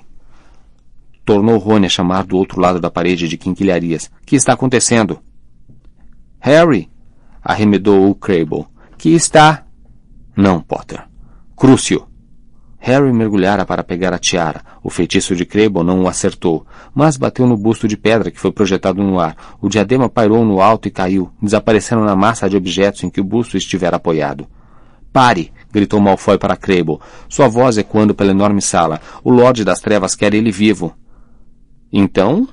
Tornou Rony a chamar do outro lado da parede de quinquilharias. Que está acontecendo? Harry! Arremedou o Crabble. Que está... Não, Potter. Crucio! Harry mergulhara para pegar a tiara. O feitiço de Crabble não o acertou, mas bateu no busto de pedra que foi projetado no ar. O diadema pairou no alto e caiu, desaparecendo na massa de objetos em que o busto estivera apoiado. Pare! Gritou Malfoy para Crabble, sua voz ecoando pela enorme sala. O Lorde das Trevas quer ele vivo. Então?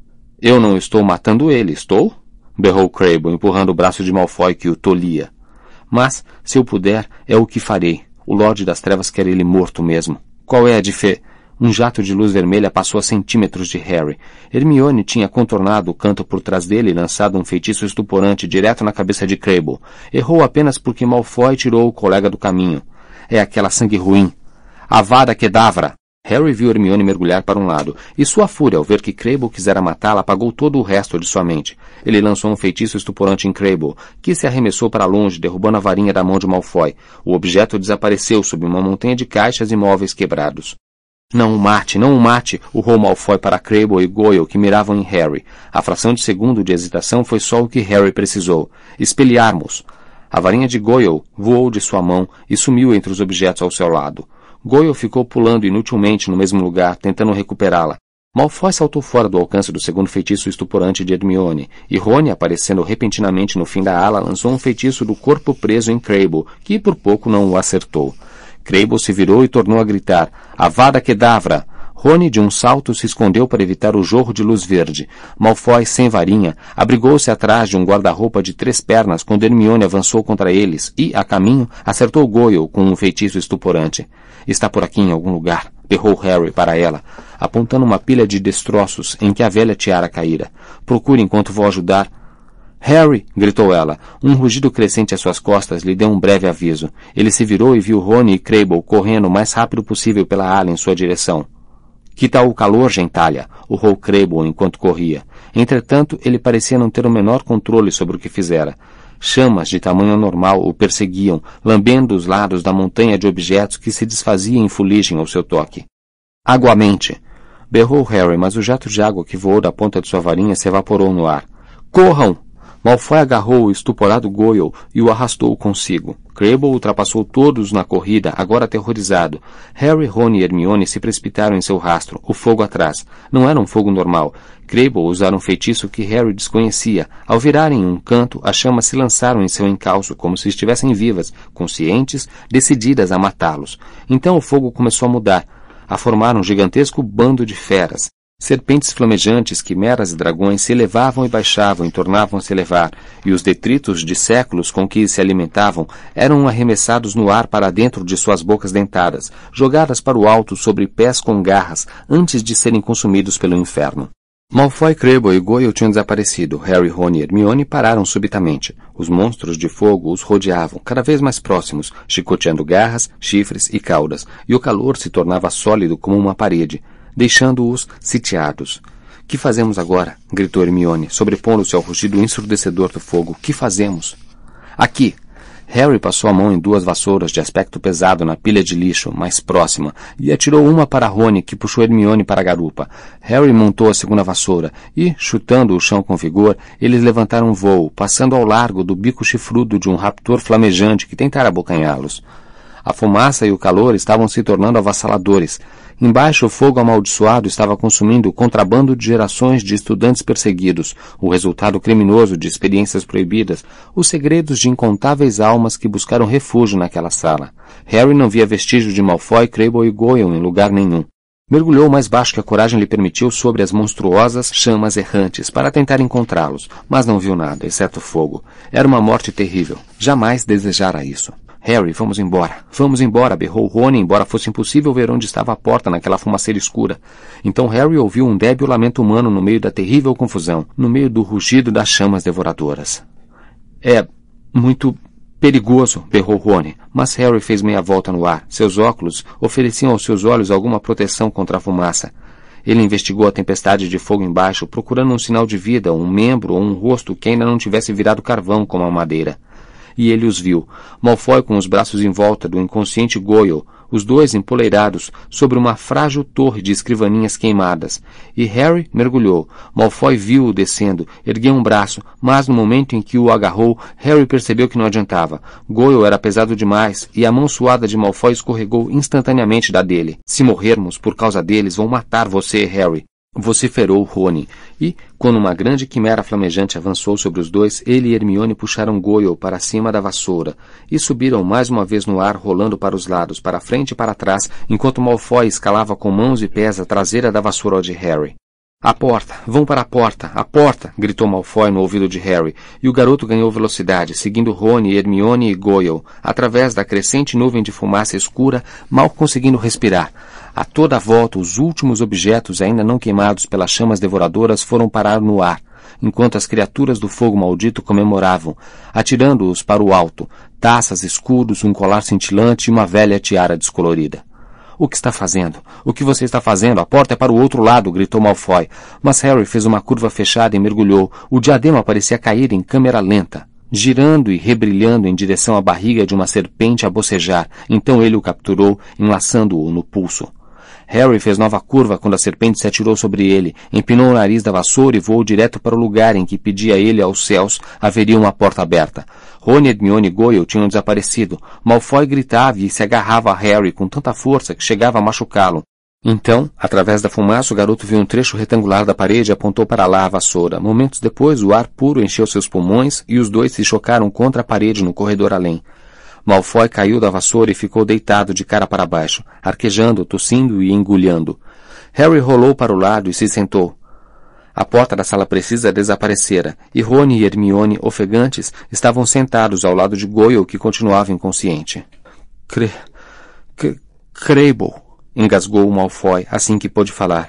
Eu não estou matando ele, estou? Berrou Crabble, empurrando o braço de Malfoy que o tolhia. Mas, se eu puder, é o que farei. O Lorde das Trevas quer ele morto mesmo. Qual é a Um jato de luz vermelha passou a centímetros de Harry. Hermione tinha contornado o canto por trás dele e lançado um feitiço estuporante direto na cabeça de Crabble. Errou apenas porque Malfoy tirou o colega do caminho. É aquela sangue ruim. Avada Kedavra! Harry viu Hermione mergulhar para um lado, e sua fúria ao ver que Crabble quisera matá-la apagou todo o resto de sua mente. Ele lançou um feitiço estuporante em Crabble, que se arremessou para longe, derrubando a varinha da mão de Malfoy. O objeto desapareceu sob uma montanha de caixas e móveis quebrados. Não o mate, não o mate! Urrou Malfoy para Crabble e Goyle, que miravam em Harry. A fração de segundo de hesitação foi só o que Harry precisou. Expelliarmus! A varinha de Goyle voou de sua mão e sumiu entre os objetos ao seu lado. Goyle ficou pulando inutilmente no mesmo lugar, tentando recuperá-la. Malfoy saltou fora do alcance do segundo feitiço estuporante de Hermione, e Rony, aparecendo repentinamente no fim da ala, lançou um feitiço do corpo preso em Crabble, que por pouco não o acertou. Crabble se virou e tornou a gritar, Avada Kedavra! Rony, de um salto, se escondeu para evitar o jorro de luz verde. Malfoy, sem varinha, abrigou-se atrás de um guarda-roupa de 3 pernas quando Hermione avançou contra eles e, a caminho, acertou Goyle com um feitiço estuporante. Está por aqui em algum lugar, berrou Harry para ela, apontando uma pilha de destroços em que a velha tiara caíra. Procure enquanto vou ajudar. Harry! Gritou ela. Um rugido crescente às suas costas lhe deu um breve aviso. Ele se virou e viu Rony e Crabble correndo o mais rápido possível pela ala em sua direção. Que tal o calor, gentalha? Urrou Crabble enquanto corria. Entretanto, ele parecia não ter o menor controle sobre o que fizera. Chamas de tamanho anormal o perseguiam, lambendo os lados da montanha de objetos que se desfazia em fuligem ao seu toque. Aguamente! Berrou Harry, mas o jato de água que voou da ponta de sua varinha se evaporou no ar. Corram! Malfoy agarrou o estuporado Goyle e o arrastou consigo. Crabble ultrapassou todos na corrida, agora aterrorizado. Harry, Rony e Hermione se precipitaram em seu rastro, o fogo atrás. Não era um fogo normal. Crabble usara um feitiço que Harry desconhecia. Ao virarem um canto, as chamas se lançaram em seu encalço, como se estivessem vivas, conscientes, decididas a matá-los. Então o fogo começou a mudar, a formar um gigantesco bando de feras. Serpentes flamejantes, quimeras e dragões se elevavam e baixavam e tornavam a se elevar, e os detritos de séculos com que se alimentavam eram arremessados no ar para dentro de suas bocas dentadas, jogadas para o alto sobre pés com garras, antes de serem consumidos pelo inferno. Malfoy, Crabble e Goyle tinham desaparecido. Harry, Rony e Hermione pararam subitamente. Os monstros de fogo os rodeavam, cada vez mais próximos, chicoteando garras, chifres e caudas, e o calor se tornava sólido como uma parede, deixando-os sitiados. Que fazemos agora? Gritou Hermione, sobrepondo-se ao rugido ensurdecedor do fogo. Que fazemos? Aqui! Harry passou a mão em 2 vassouras de aspecto pesado na pilha de lixo, mais próxima, e atirou uma para Rony, que puxou Hermione para a garupa. Harry montou a segunda vassoura, e, chutando o chão com vigor, eles levantaram voo, passando ao largo do bico chifrudo de um raptor flamejante que tentara abocanhá-los. A fumaça e o calor estavam se tornando avassaladores. Embaixo, o fogo amaldiçoado estava consumindo o contrabando de gerações de estudantes perseguidos, o resultado criminoso de experiências proibidas, os segredos de incontáveis almas que buscaram refúgio naquela sala. Harry não via vestígio de Malfoy, Crabble e Goyle em lugar nenhum. Mergulhou o mais baixo que a coragem lhe permitiu sobre as monstruosas chamas errantes para tentar encontrá-los, mas não viu nada, exceto fogo. Era uma morte terrível. Jamais desejara isso. Harry, vamos embora, berrou Rony, embora fosse impossível ver onde estava a porta naquela fumaceira escura. Então Harry ouviu um débil lamento humano no meio da terrível confusão, no meio do rugido das chamas devoradoras. É muito Perigoso, berrou Rony, mas Harry fez meia volta no ar. Seus óculos ofereciam aos seus olhos alguma proteção contra a fumaça. Ele investigou a tempestade de fogo embaixo, procurando um sinal de vida, um membro ou um rosto que ainda não tivesse virado carvão como a madeira. E ele os viu. Malfoy com os braços em volta do inconsciente Goyle, os dois empoleirados sobre uma frágil torre de escrivaninhas queimadas. E Harry mergulhou. Malfoy viu-o descendo, ergueu um braço, mas no momento em que o agarrou, Harry percebeu que não adiantava. Goyle era pesado demais, e a mão suada de Malfoy escorregou instantaneamente da dele. Se morrermos por causa deles, vão matar você, Harry, vociferou Rony, e, quando uma grande quimera flamejante avançou sobre os dois, ele e Hermione puxaram Goyle para cima da vassoura, e subiram mais uma vez no ar, rolando para os lados, para frente e para trás, enquanto Malfoy escalava com mãos e pés a traseira da vassoura de Harry. A porta! Vão para a porta! A porta! Gritou Malfoy no ouvido de Harry, e o garoto ganhou velocidade, seguindo Rony, Hermione e Goyle, através da crescente nuvem de fumaça escura, mal conseguindo respirar. A toda a volta, os últimos objetos ainda não queimados pelas chamas devoradoras foram parar no ar, enquanto as criaturas do fogo maldito comemoravam, atirando-os para o alto, taças, escudos, um colar cintilante e uma velha tiara descolorida. O que está fazendo? O que você está fazendo? A porta é para o outro lado, gritou Malfoy. Mas Harry fez uma curva fechada e mergulhou. O diadema parecia cair em câmera lenta, girando e rebrilhando em direção à barriga de uma serpente a bocejar. Então ele o capturou, enlaçando-o no pulso. Harry fez nova curva quando a serpente se atirou sobre ele, empinou o nariz da vassoura e voou direto para o lugar em que pedia ele aos céus haveria uma porta aberta. Rony, Hermione e Goyle tinham desaparecido. Malfoy gritava e se agarrava a Harry com tanta força que chegava a machucá-lo. Então, através da fumaça, o garoto viu um trecho retangular da parede e apontou para lá a vassoura. Momentos depois, o ar puro encheu seus pulmões e os dois se chocaram contra a parede no corredor além. Malfoy caiu da vassoura e ficou deitado de cara para baixo, arquejando, tossindo e engulhando. Harry rolou para o lado e se sentou. A porta da sala precisa desaparecera, e Rony e Hermione, ofegantes, estavam sentados ao lado de Goyle, que continuava inconsciente. Crabble, engasgou Malfoy assim que pôde falar.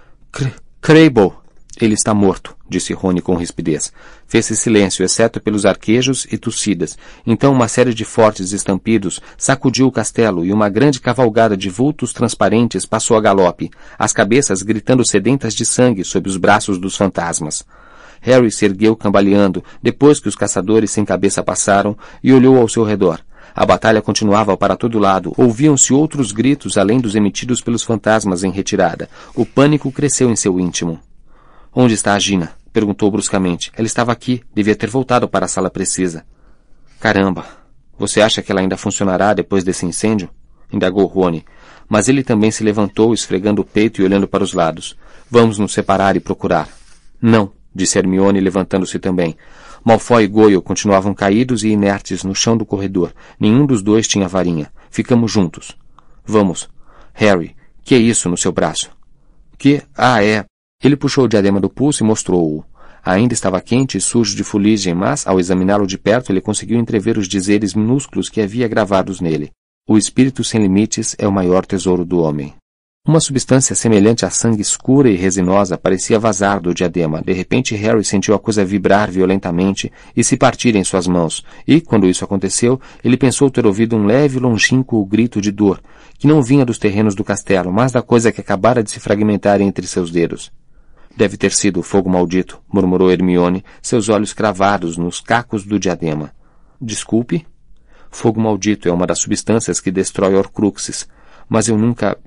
Crabble. Ele está morto, disse Rony com rispidez. Fez-se silêncio, exceto pelos arquejos e tossidas. Então uma série de fortes estampidos sacudiu o castelo e uma grande cavalgada de vultos transparentes passou a galope, as cabeças gritando sedentas de sangue sob os braços dos fantasmas. Harry se ergueu cambaleando, depois que os caçadores sem cabeça passaram, e olhou ao seu redor. A batalha continuava para todo lado. Ouviam-se outros gritos além dos emitidos pelos fantasmas em retirada. O pânico cresceu em seu íntimo. Onde está a Gina? Perguntou bruscamente. Ela estava aqui. Devia ter voltado para a sala precisa. Caramba! Você acha que ela ainda funcionará depois desse incêndio? Indagou Rony. Mas ele também se levantou, esfregando o peito e olhando para os lados. Vamos nos separar e procurar. Não, disse Hermione, levantando-se também. Malfoy e Goyle continuavam caídos e inertes no chão do corredor. Nenhum dos dois tinha varinha. Ficamos juntos. Vamos. Harry, que é isso no seu braço? Que? Ah, é... Ele puxou o diadema do pulso e mostrou-o. Ainda estava quente e sujo de fuligem, mas, ao examiná-lo de perto, ele conseguiu entrever os dizeres minúsculos que havia gravados nele. O espírito sem limites é o maior tesouro do homem. Uma substância semelhante a sangue escura e resinosa parecia vazar do diadema. De repente, Harry sentiu a coisa vibrar violentamente e se partir em suas mãos. E, quando isso aconteceu, ele pensou ter ouvido um leve e longínquo grito de dor, que não vinha dos terrenos do castelo, mas da coisa que acabara de se fragmentar entre seus dedos. Deve ter sido o fogo maldito, murmurou Hermione, seus olhos cravados nos cacos do diadema. Desculpe? Fogo maldito é uma das substâncias que destrói Horcruxes, mas eu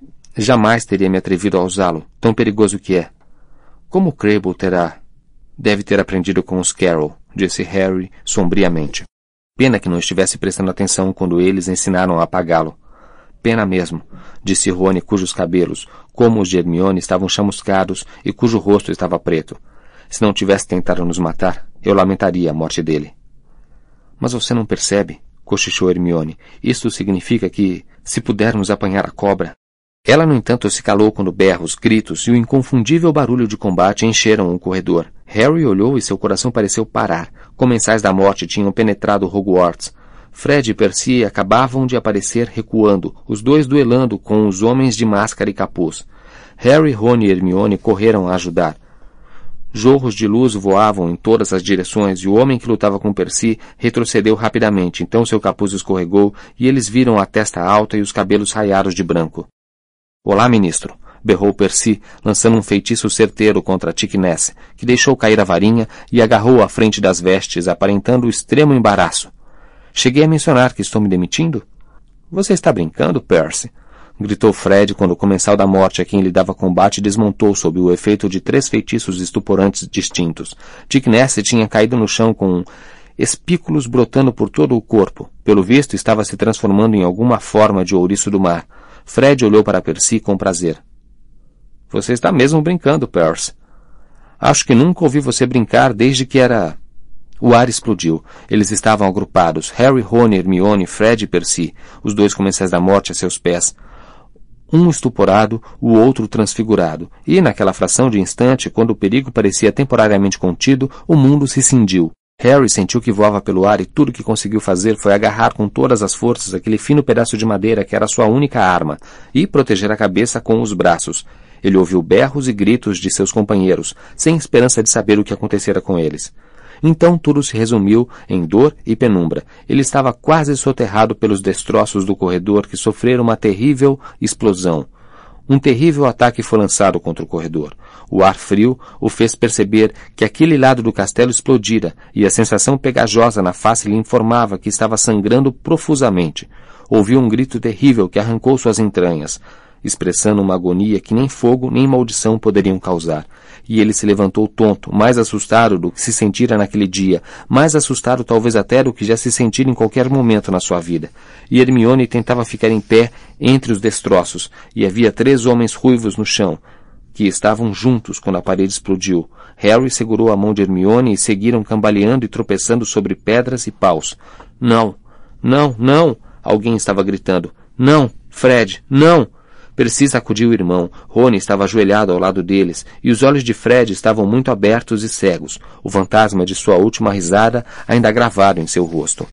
jamais teria me atrevido a usá-lo, tão perigoso que é. Como Crabble terá? Deve ter aprendido com os Carroll, disse Harry sombriamente. Pena que não estivesse prestando atenção quando eles ensinaram a apagá-lo. Pena mesmo, disse Rony, cujos cabelos, como os de Hermione, estavam chamuscados e cujo rosto estava preto. Se não tivesse tentado nos matar, eu lamentaria a morte dele. Mas você não percebe, cochichou Hermione. Isto significa que, se pudermos apanhar a cobra... Ela, no entanto, se calou quando berros, gritos e o inconfundível barulho de combate encheram o corredor. Harry olhou e seu coração pareceu parar. Comensais da morte tinham penetrado Hogwarts. Fred e Percy acabavam de aparecer recuando, os dois duelando com os homens de máscara e capuz. Harry, Rony e Hermione correram a ajudar. Jorros de luz voavam em todas as direções e o homem que lutava com Percy retrocedeu rapidamente, então seu capuz escorregou e eles viram a testa alta e os cabelos raiados de branco. Olá, ministro, berrou Percy, lançando um feitiço certeiro contra Tic Ness, que deixou cair a varinha e agarrou à frente das vestes, aparentando o extremo embaraço. Cheguei a mencionar que estou me demitindo? Você está brincando, Percy? Gritou Fred quando o comensal da morte a quem lhe dava combate desmontou sob o efeito de 3 feitiços estuporantes distintos. Tic Ness tinha caído no chão com espículos brotando por todo o corpo. Pelo visto, estava se transformando em alguma forma de ouriço do mar. Fred olhou para Percy com prazer. Você está mesmo brincando, Percy. Acho que nunca ouvi você brincar desde que era... O ar explodiu. Eles estavam agrupados. Harry, Rony, Hermione, Fred e Percy, os 2 comensais da morte a seus pés. Um estuporado, o outro transfigurado. E, naquela fração de instante, quando o perigo parecia temporariamente contido, o mundo se cindiu. Harry sentiu que voava pelo ar e tudo que conseguiu fazer foi agarrar com todas as forças aquele fino pedaço de madeira que era sua única arma e proteger a cabeça com os braços. Ele ouviu berros e gritos de seus companheiros, sem esperança de saber o que acontecera com eles. Então tudo se resumiu em dor e penumbra. Ele estava quase soterrado pelos destroços do corredor que sofreram uma terrível explosão. Um terrível ataque foi lançado contra o corredor. O ar frio o fez perceber que aquele lado do castelo explodira e a sensação pegajosa na face lhe informava que estava sangrando profusamente. Ouviu um grito terrível que arrancou suas entranhas, expressando uma agonia que nem fogo nem maldição poderiam causar. E ele se levantou tonto, mais assustado do que se sentira naquele dia, mais assustado talvez até do que já se sentira em qualquer momento na sua vida. E Hermione tentava ficar em pé entre os destroços, e havia 3 homens ruivos no chão, que estavam juntos quando a parede explodiu. Harry segurou a mão de Hermione e seguiram cambaleando e tropeçando sobre pedras e paus. Não! Não! Não! Alguém estava gritando. Não! Fred! Não! Percy sacudiu o irmão. Rony estava ajoelhado ao lado deles, e os olhos de Fred estavam muito abertos e cegos, o fantasma de sua última risada ainda gravado em seu rosto.